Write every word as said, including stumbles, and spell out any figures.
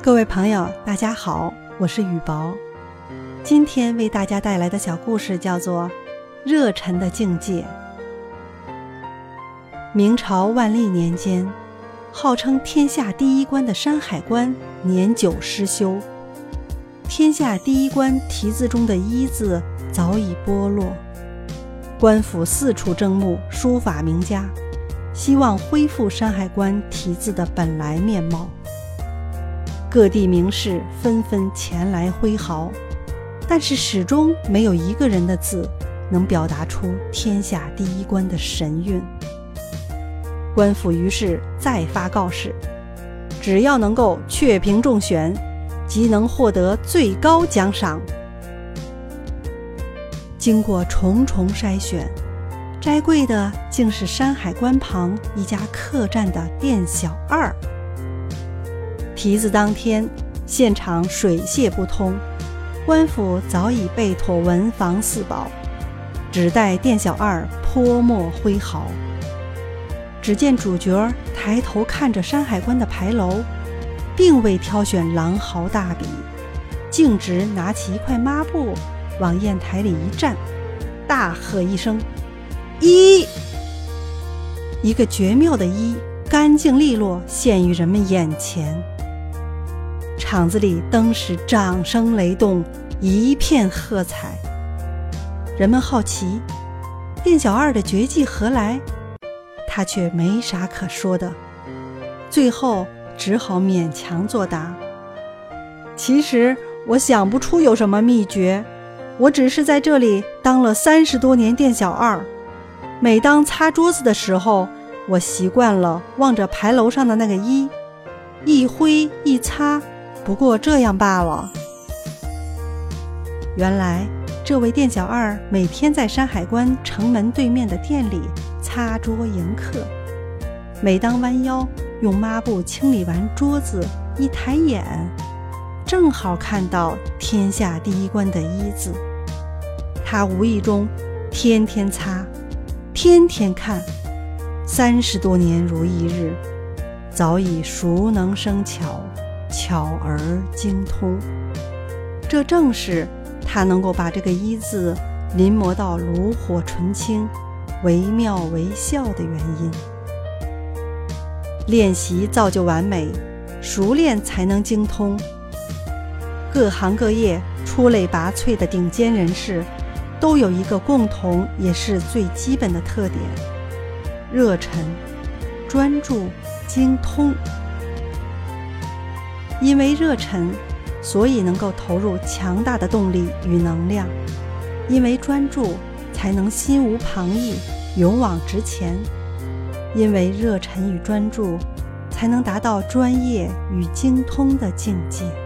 各位朋友，大家好，我是雨薄。今天为大家带来的小故事叫做《热忱的境界》。明朝万历年间，号称天下第一关的山海关年久失修，天下第一关题字中的一字早已剥落，官府四处征募书法名家，希望恢复山海关题字的本来面貌。各地名士纷纷前来挥毫，但是始终没有一个人的字能表达出天下第一关的神韵。官府于是再发告示，只要能够确评中选，即能获得最高奖赏。经过重重筛选，摘桂的竟是山海关旁一家客栈的店小二。题字当天，现场水泄不通，官府早已备妥文房四宝，只待店小二泼墨挥毫。只见主角抬头看着山海关的牌楼，并未挑选狼毫大笔，径直拿起一块抹布往砚台里一站，大喝一声一，一个绝妙的一干净利落现于人们眼前。场子里登时掌声雷动，一片喝彩。人们好奇店小二的绝技何来，他却没啥可说的，最后只好勉强作答：其实我想不出有什么秘诀，我只是在这里当了三十多年店小二，每当擦桌子的时候，我习惯了望着牌楼上的那个一，一挥一擦，不过这样罢了。原来这位店小二每天在山海关城门对面的店里擦桌迎客，每当弯腰用抹布清理完桌子，一抬眼正好看到天下第一关的一字，他无意中天天擦，天天看，三十多年如一日，早已熟能生巧，巧而精通。这正是他能够把这个一字临摹到炉火纯青，惟妙惟肖的原因。练习造就完美，熟练才能精通。各行各业出类拔萃的顶尖人士都有一个共同也是最基本的特点：热忱、专注、精通。因为热忱，所以能够投入强大的动力与能量；因为专注，才能心无旁骛，勇往直前；因为热忱与专注，才能达到专业与精通的境界。